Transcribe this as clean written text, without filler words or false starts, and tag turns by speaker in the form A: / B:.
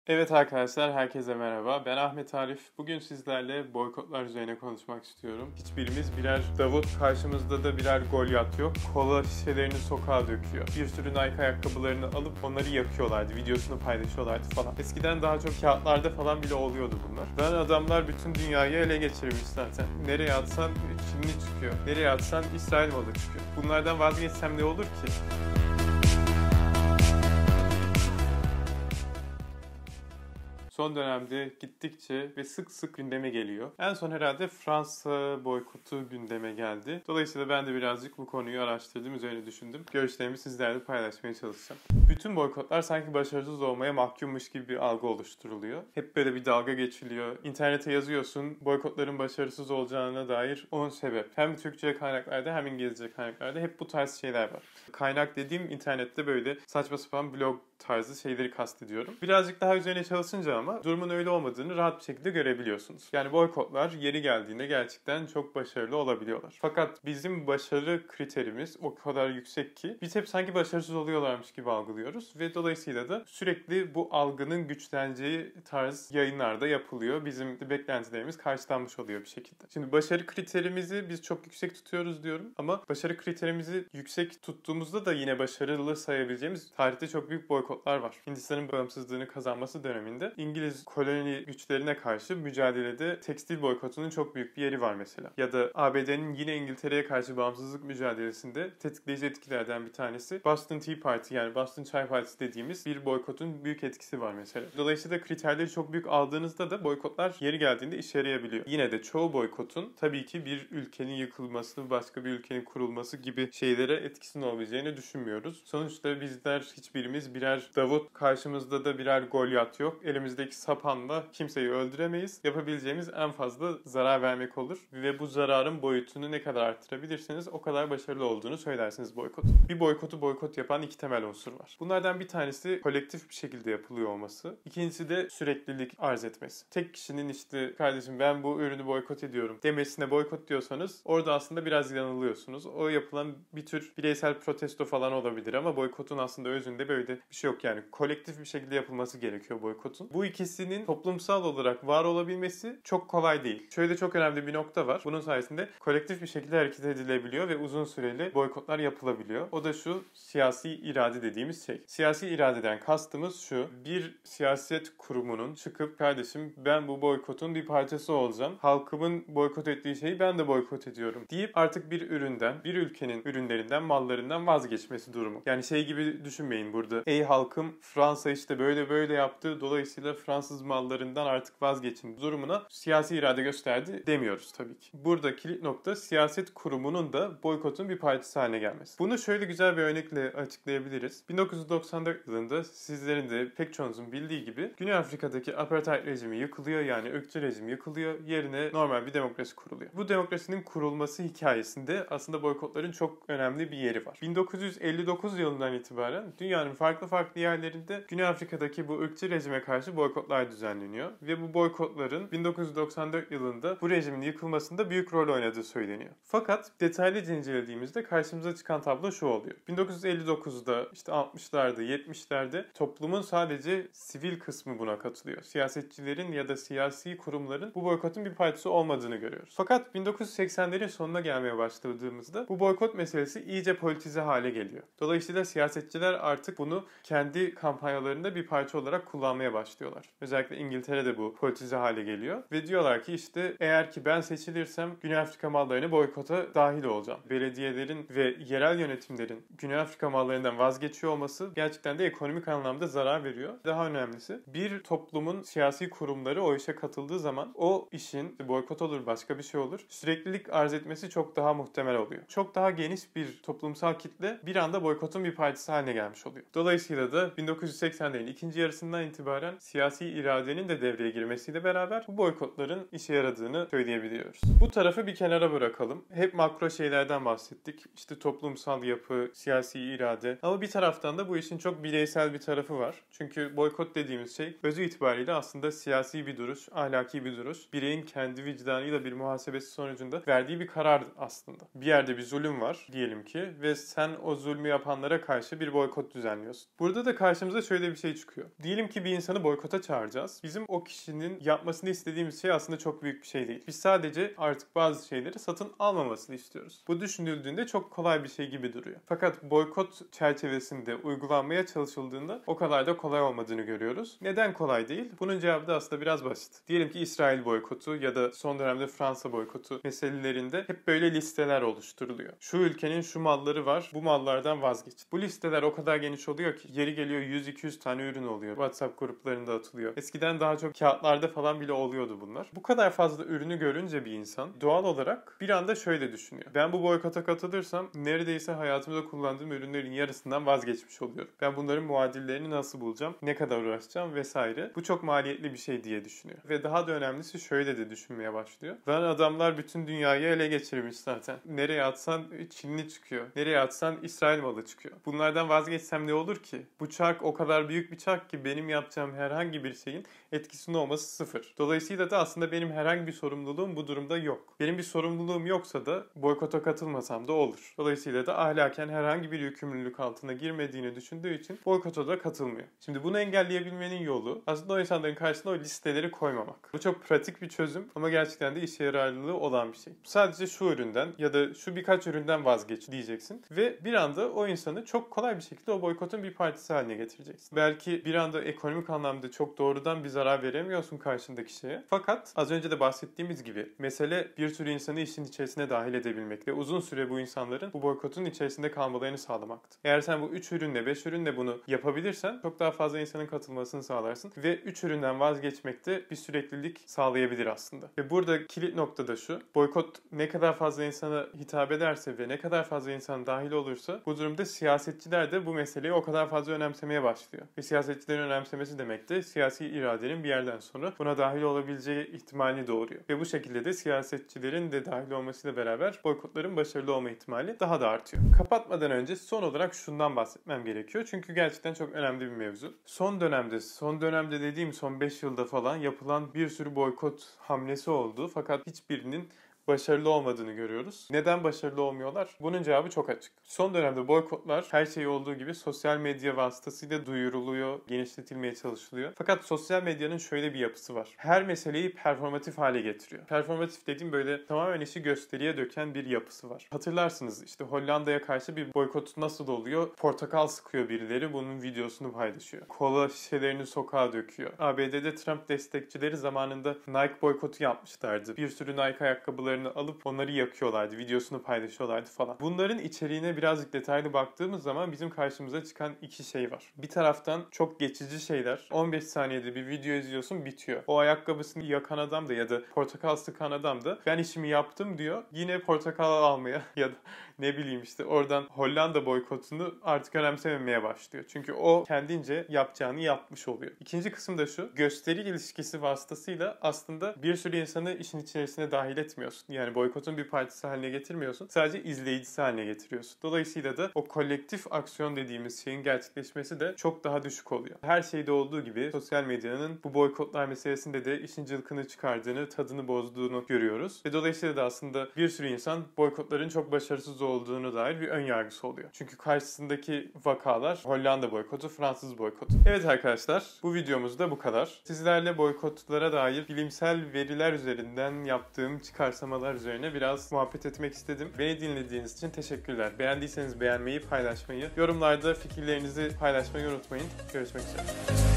A: Evet arkadaşlar, herkese merhaba. Ben Ahmet Arif. Bugün sizlerle boykotlar üzerine konuşmak istiyorum. Hiçbirimiz birer Davut, karşımızda da birer Golyat yok. Kola şişelerini sokağa döküyor. Bir sürü Nike ayakkabılarını alıp onları yakıyorlardı, videosunu paylaşıyorlardı falan. Eskiden daha çok kağıtlarda falan bile oluyordu bunlar. Lan adamlar bütün dünyayı ele geçirmiş zaten. Nereye atsan Çinli çıkıyor. Nereye atsan İsrail malı çıkıyor. Bunlardan vazgeçsem ne olur ki? Son dönemde gittikçe ve sık sık gündeme geliyor. En son herhalde Fransa boykotu gündeme geldi. Dolayısıyla ben de birazcık bu konuyu araştırdım, üzerine düşündüm. Görüşlerimi sizlerle paylaşmaya çalışacağım. Bütün boykotlar sanki başarısız olmaya mahkummuş gibi bir algı oluşturuluyor. Hep böyle bir dalga geçiliyor. İnternete yazıyorsun, boykotların başarısız olacağına dair 10 sebep. Hem Türkçe kaynaklarda hem İngilizce kaynaklarda hep bu tarz şeyler var. Kaynak dediğim internette böyle saçma sapan blog tarzı şeyleri kastediyorum. Birazcık daha üzerine çalışınca ama durumun öyle olmadığını rahat bir şekilde görebiliyorsunuz. Yani boykotlar yeri geldiğinde gerçekten çok başarılı olabiliyorlar. Fakat bizim başarı kriterimiz o kadar yüksek ki biz hep sanki başarısız oluyorlarmış gibi algılıyoruz ve dolayısıyla da sürekli bu algının güçleneceği tarz yayınlarda yapılıyor. Bizim de beklentilerimiz karşılanmış oluyor bir şekilde. Şimdi başarı kriterimizi biz çok yüksek tutuyoruz diyorum ama başarı kriterimizi yüksek tuttuğumuzda da yine başarılı sayabileceğimiz tarihte çok büyük boykotlar var. Hindistan'ın bağımsızlığını kazanması döneminde İngiliz koloni güçlerine karşı mücadelede tekstil boykotunun çok büyük bir yeri var mesela. Ya da ABD'nin yine İngiltere'ye karşı bağımsızlık mücadelesinde tetikleyici etkilerden bir tanesi Boston Tea Party, yani Boston Çay Partisi dediğimiz bir boykotun büyük etkisi var mesela. Dolayısıyla kriterleri çok büyük aldığınızda da boykotlar yeri geldiğinde işe yarayabiliyor. Yine de çoğu boykotun tabii ki bir ülkenin yıkılması, başka bir ülkenin kurulması gibi şeylere etkisinin olabileceğini düşünmüyoruz. Sonuçta bizler hiçbirimiz birer Davut, karşımızda da birer Golyat yok. Elimizdeki sapanla kimseyi öldüremeyiz. Yapabileceğimiz en fazla zarar vermek olur. Ve bu zararın boyutunu ne kadar arttırabilirseniz o kadar başarılı olduğunu söylersiniz boykot. Bir boykotu boykot yapan iki temel unsur var. Bunlardan bir tanesi kolektif bir şekilde yapılıyor olması. İkincisi de süreklilik arz etmesi. Tek kişinin işte kardeşim ben bu ürünü boykot ediyorum demesine boykot diyorsanız orada aslında biraz yanılıyorsunuz. O yapılan bir tür bireysel protesto falan olabilir ama boykotun aslında özünde böyle bir şey yok. Yani kolektif bir şekilde yapılması gerekiyor boykotun. Bu ikisinin toplumsal olarak var olabilmesi çok kolay değil. Şöyle çok önemli bir nokta var. Bunun sayesinde kolektif bir şekilde hareket edilebiliyor ve uzun süreli boykotlar yapılabiliyor. O da şu siyasi irade dediğimiz şey. Siyasi iradeden kastımız şu. Bir siyaset kurumunun çıkıp kardeşim ben bu boykotun bir parçası olacağım. Halkımın boykot ettiği şeyi ben de boykot ediyorum deyip artık bir üründen, bir ülkenin ürünlerinden, mallarından vazgeçmesi durumu. Yani şey gibi düşünmeyin burada. Ey halkım Fransa işte böyle yaptı. Dolayısıyla Fransız mallarından artık vazgeçin durumuna siyasi irade gösterdi demiyoruz tabii ki. Burada kilit nokta siyaset kurumunun da boykotun bir parçası haline gelmesi. Bunu şöyle güzel bir örnekle açıklayabiliriz. 1994 yılında sizlerin de pek çoğunuzun bildiği gibi Güney Afrika'daki apartheid rejimi yıkılıyor, yani ırkçı rejim yıkılıyor. Yerine normal bir demokrasi kuruluyor. Bu demokrasinin kurulması hikayesinde aslında boykotların çok önemli bir yeri var. 1959 yılından itibaren dünyanın farklı yerlerinde Güney Afrika'daki bu ırkçı rejime karşı boykotlar düzenleniyor. Ve bu boykotların 1994 yılında bu rejimin yıkılmasında büyük rol oynadığı söyleniyor. Fakat detaylıca incelediğimizde karşımıza çıkan tablo şu oluyor. 1959'da işte 60'larda 70'lerde toplumun sadece sivil kısmı buna katılıyor. Siyasetçilerin ya da siyasi kurumların bu boykotun bir parçası olmadığını görüyoruz. Fakat 1980'lerin sonuna gelmeye başladığımızda bu boykot meselesi iyice politize hale geliyor. Dolayısıyla siyasetçiler artık bunu kendi kampanyalarında bir parça olarak kullanmaya başlıyorlar. Özellikle İngiltere'de bu politize hale geliyor. Ve diyorlar ki işte eğer ki ben seçilirsem Güney Afrika mallarını boykota dahil olacağım. Belediyelerin ve yerel yönetimlerin Güney Afrika mallarından vazgeçiyor olması gerçekten de ekonomik anlamda zarar veriyor. Daha önemlisi bir toplumun siyasi kurumları o işe katıldığı zaman o işin boykot olur başka bir şey olur. Süreklilik arz etmesi çok daha muhtemel oluyor. Çok daha geniş bir toplumsal kitle bir anda boykotun bir parçası haline gelmiş oluyor. Dolayısıyla da 1980'lerin ikinci yarısından itibaren siyasi iradenin de devreye girmesiyle beraber bu boykotların işe yaradığını söyleyebiliyoruz. Bu tarafı bir kenara bırakalım. Hep makro şeylerden bahsettik. İşte toplumsal yapı, siyasi irade. Ama bir taraftan da bu işin çok bireysel bir tarafı var. Çünkü boykot dediğimiz şey özü itibariyle aslında siyasi bir duruş, ahlaki bir duruş. Bireyin kendi vicdanıyla bir muhasebesi sonucunda verdiği bir karar aslında. Bir yerde bir zulüm var diyelim ki ve sen o zulmü yapanlara karşı bir boykot düzenliyorsun. Burada Burada da karşımıza şöyle bir şey çıkıyor. Diyelim ki bir insanı boykota çağıracağız. Bizim o kişinin yapmasını istediğimiz şey aslında çok büyük bir şey değil. Biz sadece artık bazı şeyleri satın almamasını istiyoruz. Bu düşünüldüğünde çok kolay bir şey gibi duruyor. Fakat boykot çerçevesinde uygulanmaya çalışıldığında o kadar da kolay olmadığını görüyoruz. Neden kolay değil? Bunun cevabı da aslında biraz basit. Diyelim ki İsrail boykotu ya da son dönemde Fransa boykotu meselelerinde hep böyle listeler oluşturuluyor. Şu ülkenin şu malları var, bu mallardan vazgeç. Bu listeler o kadar geniş oluyor ki yeri geliyor 100-200 tane ürün oluyor. WhatsApp gruplarında atılıyor. Eskiden daha çok kağıtlarda falan bile oluyordu bunlar. Bu kadar fazla ürünü görünce bir insan doğal olarak bir anda şöyle düşünüyor. Ben bu boykota katılırsam neredeyse hayatımda kullandığım ürünlerin yarısından vazgeçmiş oluyorum. Ben bunların muadillerini nasıl bulacağım, ne kadar uğraşacağım vesaire. Bu çok maliyetli bir şey diye düşünüyor. Ve daha da önemlisi şöyle de düşünmeye başlıyor. Lan adamlar bütün dünyayı ele geçirmiş zaten. Nereye atsan Çinli çıkıyor. Nereye atsan İsrail malı çıkıyor. Bunlardan vazgeçsem ne olur ki? Bu çark o kadar büyük bir çark ki benim yapacağım herhangi bir şeyin etkisinin olması sıfır. Dolayısıyla da aslında benim herhangi bir sorumluluğum bu durumda yok. Benim bir sorumluluğum yoksa da boykota katılmasam da olur. Dolayısıyla da ahlaken herhangi bir yükümlülük altına girmediğini düşündüğü için boykota da katılmıyor. Şimdi bunu engelleyebilmenin yolu aslında o insanların karşısına o listeleri koymamak. Bu çok pratik bir çözüm ama gerçekten de işe yararlılığı olan bir şey. Sadece şu üründen ya da şu birkaç üründen vazgeç diyeceksin ve bir anda o insanı çok kolay bir şekilde o boykotun bir partisi haline getireceksin. Belki bir anda ekonomik anlamda çok doğrudan bir zarar veremiyorsun karşındaki şeye. Fakat az önce de bahsettiğimiz gibi mesele bir sürü insanı işin içerisine dahil edebilmek ve uzun süre bu insanların bu boykotun içerisinde kalmalarını sağlamaktı. Eğer sen bu 3 ürünle 5 ürünle bunu yapabilirsen çok daha fazla insanın katılmasını sağlarsın ve 3 üründen vazgeçmekte bir süreklilik sağlayabilir aslında. Ve burada kilit nokta da şu. Boykot ne kadar fazla insana hitap ederse ve ne kadar fazla insan dahil olursa bu durumda siyasetçiler de bu meseleyi o kadar fazla önemsemeye başlıyor. Ve siyasetçilerin önemsemesi demek de siyasi iradenin bir yerden sonra buna dahil olabileceği ihtimalini doğuruyor. Ve bu şekilde de siyasetçilerin de dahil olmasıyla beraber boykotların başarılı olma ihtimali daha da artıyor. Kapatmadan önce son olarak şundan bahsetmem gerekiyor. Çünkü gerçekten çok önemli bir mevzu. Son dönemde dediğim son 5 yılda falan yapılan bir sürü boykot hamlesi oldu. Fakat hiçbirinin başarılı olmadığını görüyoruz. Neden başarılı olmuyorlar? Bunun cevabı çok açık. Son dönemde boykotlar her şey olduğu gibi sosyal medya vasıtasıyla duyuruluyor, genişletilmeye çalışılıyor. Fakat sosyal medyanın şöyle bir yapısı var. Her meseleyi performatif hale getiriyor. Performatif dediğim böyle tamamen işi gösteriye döken bir yapısı var. Hatırlarsınız işte Hollanda'ya karşı bir boykot nasıl oluyor? Portakal sıkıyor birileri, bunun videosunu paylaşıyor. Kola şişelerini sokağa döküyor. ABD'de Trump destekçileri zamanında Nike boykotu yapmışlardı. Bir sürü Nike ayakkabılarını alıp onları yakıyorlardı, videosunu paylaşıyorlardı falan. Bunların içeriğine birazcık detaylı baktığımız zaman bizim karşımıza çıkan iki şey var. Bir taraftan çok geçici şeyler. 15 saniyede bir video izliyorsun, bitiyor. O ayakkabısını yakan adam da ya da portakal sıkan adam da ben işimi yaptım diyor. Yine portakal almaya ya da ne bileyim işte oradan Hollanda boykotunu artık önemsememeye başlıyor. Çünkü o kendince yapacağını yapmış oluyor. İkinci kısım da şu. Gösteri ilişkisi vasıtasıyla aslında bir sürü insanı işin içerisine dahil etmiyorsun. Yani boykotun bir partisi haline getirmiyorsun. Sadece izleyicisi haline getiriyorsun. Dolayısıyla da o kolektif aksiyon dediğimiz şeyin gerçekleşmesi de çok daha düşük oluyor. Her şeyde olduğu gibi sosyal medyanın bu boykotlar meselesinde de işin cılkını çıkardığını, tadını bozduğunu görüyoruz. Ve dolayısıyla da aslında bir sürü insan boykotların çok başarısız olduğunu dair bir ön yargısı oluyor. Çünkü karşısındaki vakalar Hollanda boykotu, Fransız boykotu. Evet arkadaşlar, bu videomuz da bu kadar. Sizlerle boykotlara dair bilimsel veriler üzerinden yaptığım çıkarsamalar üzerine biraz muhabbet etmek istedim. Beni dinlediğiniz için teşekkürler. Beğendiyseniz beğenmeyi, paylaşmayı, yorumlarda fikirlerinizi paylaşmayı unutmayın. Görüşmek üzere.